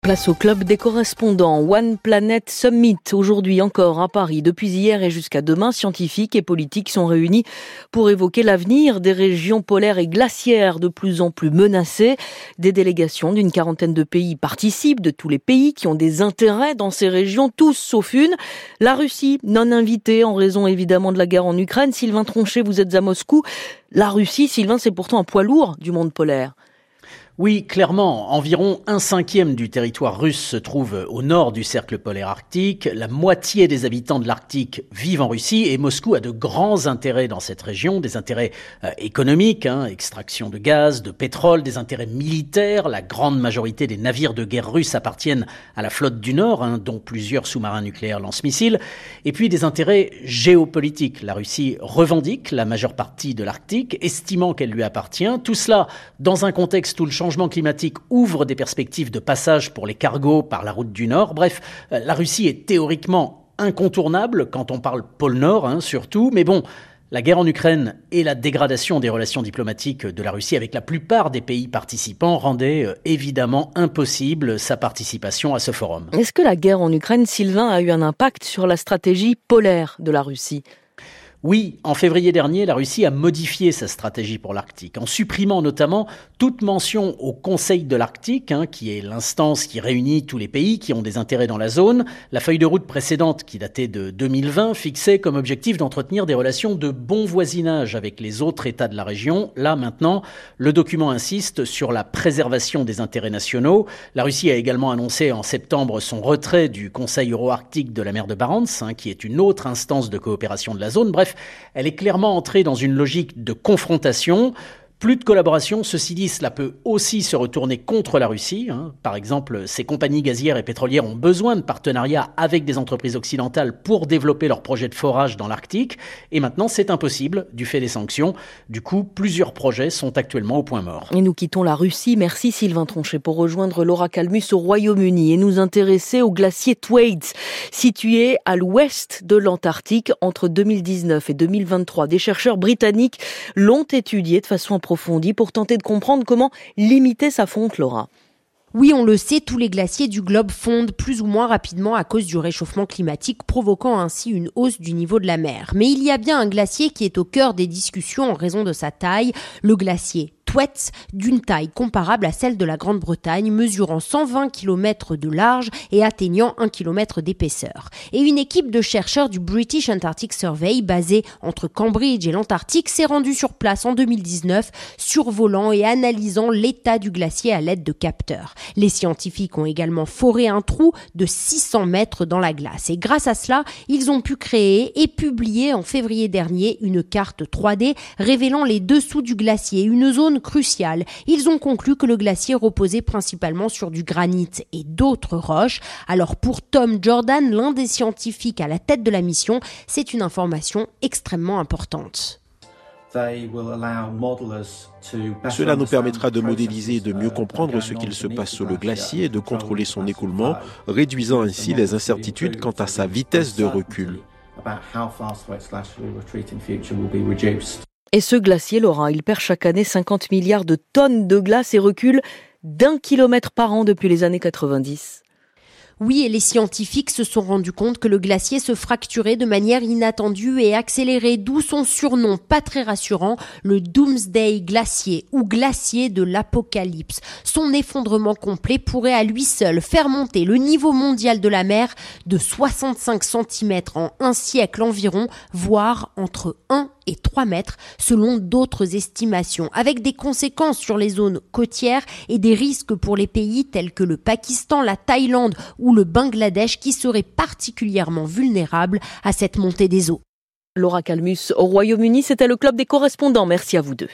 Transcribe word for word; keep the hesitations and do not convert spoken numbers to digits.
Place au club des correspondants. One Planet Summit, aujourd'hui encore à Paris. Depuis hier et jusqu'à demain, scientifiques et politiques sont réunis pour évoquer l'avenir des régions polaires et glaciaires de plus en plus menacées. Des délégations d'une quarantaine de pays participent, de tous les pays qui ont des intérêts dans ces régions, tous sauf une. La Russie, non invitée en raison évidemment de la guerre en Ukraine. Sylvain Tronchet, vous êtes à Moscou. La Russie, Sylvain, c'est pourtant un poids lourd du monde polaire. Oui, clairement, environ un cinquième du territoire russe se trouve au nord du cercle polaire arctique. La moitié des habitants de l'Arctique vivent en Russie et Moscou a de grands intérêts dans cette région, des intérêts euh, économiques, hein, extraction de gaz, de pétrole, des intérêts militaires. La grande majorité des navires de guerre russes appartiennent à la flotte du Nord, hein, dont plusieurs sous-marins nucléaires lance-missiles. Et puis des intérêts géopolitiques. La Russie revendique la majeure partie de l'Arctique, estimant qu'elle lui appartient. Tout cela dans un contexte où le changement Le changement climatique ouvre des perspectives de passage pour les cargos par la route du Nord. Bref, la Russie est théoriquement incontournable quand on parle pôle Nord, hein, surtout. Mais bon, la guerre en Ukraine et la dégradation des relations diplomatiques de la Russie avec la plupart des pays participants rendaient euh, évidemment impossible sa participation à ce forum. Est-ce que la guerre en Ukraine, Sylvain, a eu un impact sur la stratégie polaire de la Russie ? Oui, en février dernier, la Russie a modifié sa stratégie pour l'Arctique, en supprimant notamment toute mention au Conseil de l'Arctique, hein, qui est l'instance qui réunit tous les pays qui ont des intérêts dans la zone. La feuille de route précédente, qui datait de deux mille vingt, fixait comme objectif d'entretenir des relations de bon voisinage avec les autres États de la région. Là, maintenant, le document insiste sur la préservation des intérêts nationaux. La Russie a également annoncé en septembre son retrait du Conseil euro-arctique de la mer de Barents, hein, qui est une autre instance de coopération de la zone. Bref, elle est clairement entrée dans une logique de confrontation. Plus de collaboration, ceci dit, cela peut aussi se retourner contre la Russie. Hein. Par exemple, ces compagnies gazières et pétrolières ont besoin de partenariats avec des entreprises occidentales pour développer leurs projets de forage dans l'Arctique. Et maintenant, c'est impossible du fait des sanctions. Du coup, plusieurs projets sont actuellement au point mort. Et nous quittons la Russie. Merci Sylvain Tronchet pour rejoindre Laura Calmus au Royaume-Uni et nous intéresser au glacier Thwaites, situé à l'ouest de l'Antarctique entre deux mille dix-neuf et deux mille vingt-trois. Des chercheurs britanniques l'ont étudié de façon approfondie pour tenter de comprendre comment limiter sa fonte, Laura. Oui, on le sait, tous les glaciers du globe fondent plus ou moins rapidement à cause du réchauffement climatique, provoquant ainsi une hausse du niveau de la mer. Mais il y a bien un glacier qui est au cœur des discussions en raison de sa taille, le glacier Thwaites, d'une taille comparable à celle de la Grande-Bretagne, mesurant cent vingt kilomètres de large et atteignant un kilomètre d'épaisseur. Et une équipe de chercheurs du British Antarctic Survey, basée entre Cambridge et l'Antarctique, s'est rendue sur place en deux mille dix-neuf, survolant et analysant l'état du glacier à l'aide de capteurs. Les scientifiques ont également foré un trou de six cents mètres dans la glace. Et grâce à cela, ils ont pu créer et publier en février dernier une carte trois D révélant les dessous du glacier, une zone cruciale. Ils ont conclu que le glacier reposait principalement sur du granit et d'autres roches. Alors pour Tom Jordan, l'un des scientifiques à la tête de la mission, c'est une information extrêmement importante. Cela nous permettra de modéliser et de mieux comprendre ce qu'il se passe sous le glacier et de contrôler son écoulement, réduisant ainsi les incertitudes quant à sa vitesse de recul. Et ce glacier, Laura, il perd chaque année cinquante milliards de tonnes de glace et recule d'un kilomètre par an depuis les années quatre-vingt-dix. Oui, et les scientifiques se sont rendus compte que le glacier se fracturait de manière inattendue et accélérée, d'où son surnom pas très rassurant, le Doomsday Glacier ou glacier de l'apocalypse. Son effondrement complet pourrait à lui seul faire monter le niveau mondial de la mer de soixante-cinq centimètres en un siècle environ, voire entre un et trois mètres selon d'autres estimations, avec des conséquences sur les zones côtières et des risques pour les pays tels que le Pakistan, la Thaïlande ou le Bangladesh qui seraient particulièrement vulnérables à cette montée des eaux. Laura Calmus au Royaume-Uni, c'était le club des correspondants. Merci à vous deux.